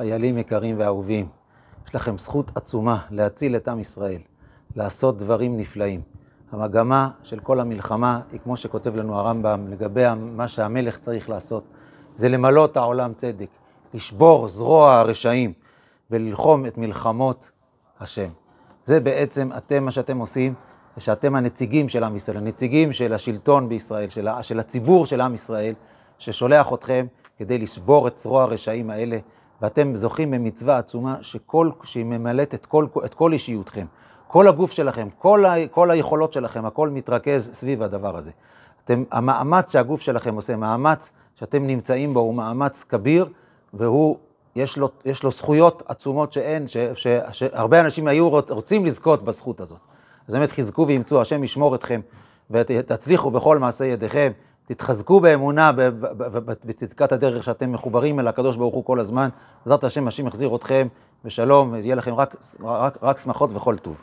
חיילים יקרים ואהובים, יש לכם זכות עצומה להציל את עם ישראל, לעשות דברים נפלאים. המגמה של כל המלחמה היא כמו שכותב לנו הרמב"ם לגבי מה שהמלך צריך לעשות, זה למלא את העולם צדק, לשבור זרוע הרשעים וללחום את מלחמות השם. זה בעצם מה שאתם עושים, זה שאתם הנציגים של עם ישראל, הנציגים של השלטון בישראל, של הציבור של עם ישראל, ששולח אתכם כדי לשבור את זרוע הרשעים האלה, ואתם זוכים במצווה עצומה שהיא ממלאת את כל אישיותכם. כל הגוף שלכם, כל היכולות שלכם, הכל מתרכז סביב הדבר הזה. המאמץ שהגוף שלכם עושה, מאמץ שאתם נמצאים בו, הוא מאמץ כביר, יש לו זכויות עצומות שהרבה אנשים היו רוצים לזכות בזכות הזאת. אז באמת חזקו וימצאו, השם ישמור אתכם, ותצליחו בכל מעשה ידיכם, תתחזקו באמונה, בצדקת הדרך שאתם מחוברים אל הקדוש ברוך הוא כל הזמן. בעזרת השם, השם יחזיר אתכם בשלום, ויהיה לכם רק שמחות וכל טוב.